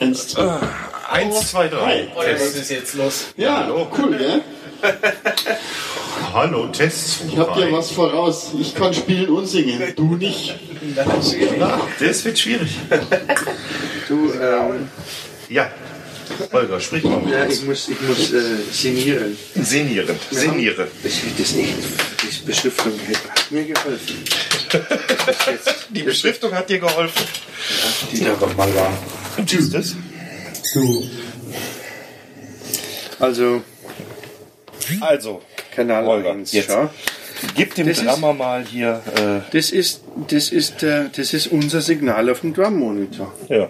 kennst. 1, 2, 3. Was ist jetzt los? Ja, hallo. Cool, gell? Hallo, Test. Ich hab dir was voraus. Ich kann spielen und singen. Du nicht. Das wird schwierig. Du, Ja. Holger, sprich mal. ja, ich muss signieren. Senieren. Seniere. Das ist nicht. Die Beschriftung hat mir geholfen. Die Beschriftung hat dir geholfen. Die da doch mal war. Und ist das? Also, Kanal Holger, 1. jetzt. Ja. Gib dem Das ist- Drummer mal hier. Das ist unser Signal auf dem Drum-Monitor. Ja.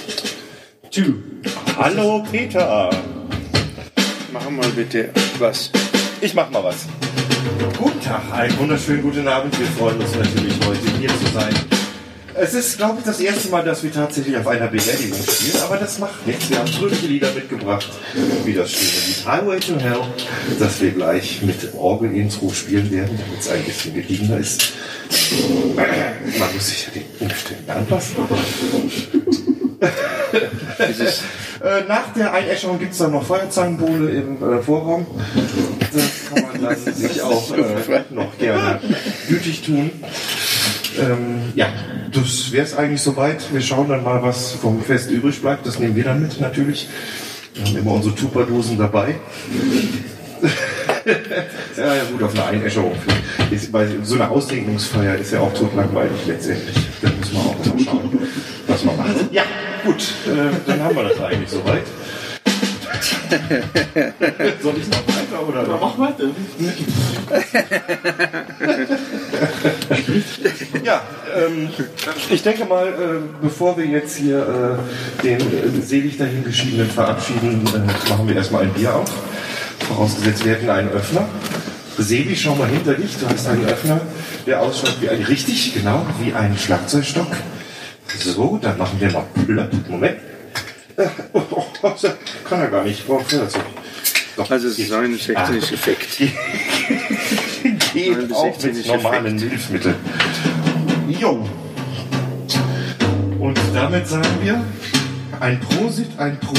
Hallo, Peter. Machen mal bitte was. Ich mach mal was. Guten Tag, einen wunderschönen guten Abend. Wir freuen uns natürlich, heute hier zu sein. Es ist, glaube ich, das erste Mal, dass wir tatsächlich auf einer Beerdigung spielen, aber das macht nichts. Wir haben fröhliche Lieder mitgebracht, wie das schöne Lied Highway to Hell, das wir gleich mit Orgel-Intro spielen werden, damit es ein bisschen gediegener ist. Man muss sich ja den Umständen anpassen. Nach der Einäscherung gibt es dann noch Feuerzangenbowle im Vorraum. Das kann man dann sich auch noch gerne gütig tun. Ja, das wäre es eigentlich soweit. Wir schauen dann mal, was vom Fest übrig bleibt. Das nehmen wir dann mit natürlich. Wir haben immer unsere Tupperdosen dabei. Ja, ja gut, auf eine Einäscherung. Bei so einer Ausdehnungsfeier ist ja auch totlangweilig letztendlich. Da muss man auch mal schauen, was man macht. Ja, gut, dann haben wir das eigentlich soweit. Soll ich noch weiter oder? Ja, mach weiter. Ja, ich denke mal, bevor wir jetzt hier den selig dahingeschiedenen verabschieden, machen wir erstmal ein Bier auf. Vorausgesetzt, wir hätten einen Öffner. Sebi, schau mal hinter dich, du hast einen Öffner, der ausschaut wie ein, richtig, genau, wie ein Schlagzeugstock. So, dann machen wir mal Plöpp. Moment. Kann er gar nicht, ich brauche Feuerzeug. Doch, Also es ist ein 69 Effekt. geht auch mit normalen Hilfsmitteln. Jo. Und damit sagen wir ein Prosit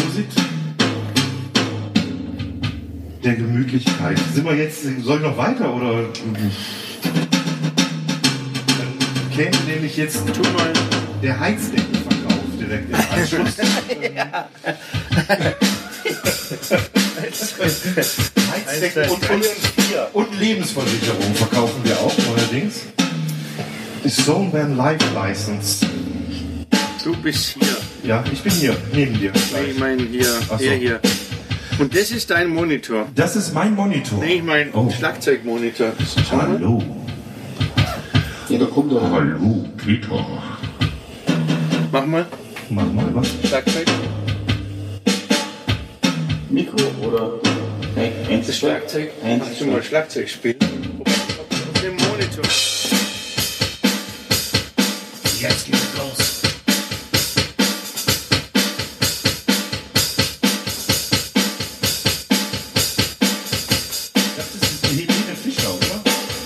der Gemütlichkeit. Sind wir jetzt, soll ich noch weiter oder? Dann käme nämlich jetzt der Heizdeckenverkauf direkt im Anschluss. Heizdecken und Lebensversicherung verkaufen wir auch neuerdings. Die Stoneman Life License. Du bist hier. Ja, ich bin hier, neben dir. Ich meine hier, Ach so. hier. Und das ist dein Monitor. Das ist mein Monitor. Nee, ich mein Schlagzeugmonitor. Hallo. Ja, da kommt er. Hallo, Peter. Mach mal. Mach mal was. Schlagzeug. Mikro oder? Hey, Das Schlagzeug. Kannst du mal Schlagzeug spielen? Auf dem Monitor. Jetzt geht's los. Das ist die Helene Fischer, oder?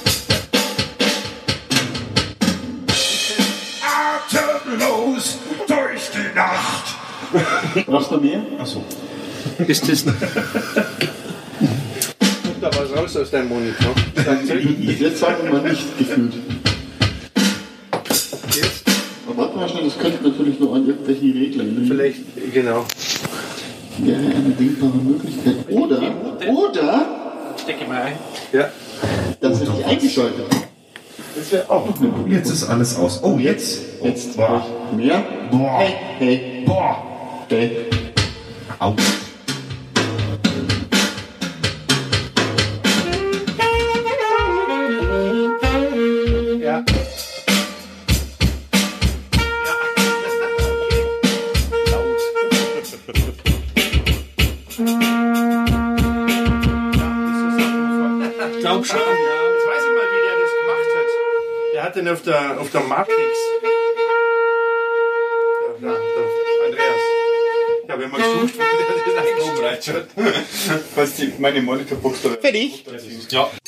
Atemlos durch die Nacht. Brauchst du mehr? Achso. Ist das. Kommt da was raus aus deinem Monitor? Schlagzeug. Jetzt sagen wir nicht gefühlt. Jetzt? Aber warte mal schnell, das könnte natürlich noch an irgendwelchen Reglern liegen. Vielleicht, genau. Wäre eine denkbare Möglichkeit. Oder, Stecke mal ein. Ja. das hätte ich eingeschaltet. Das wäre auch noch eine Möglichkeit. Jetzt ist alles aus. Oh, jetzt. Jetzt Boah. mehr. Boah. Hey. Boah. Hey. Au. Ja. Ich glaube schon, ja. Jetzt weiß ich mal, wie der das gemacht hat. Der hat den auf der Matrix. Ja, der Andreas. Ja, wenn man gesucht, wo der das eingestellt hat. Was meine Monitorbuchstabe. Fertig? Ja.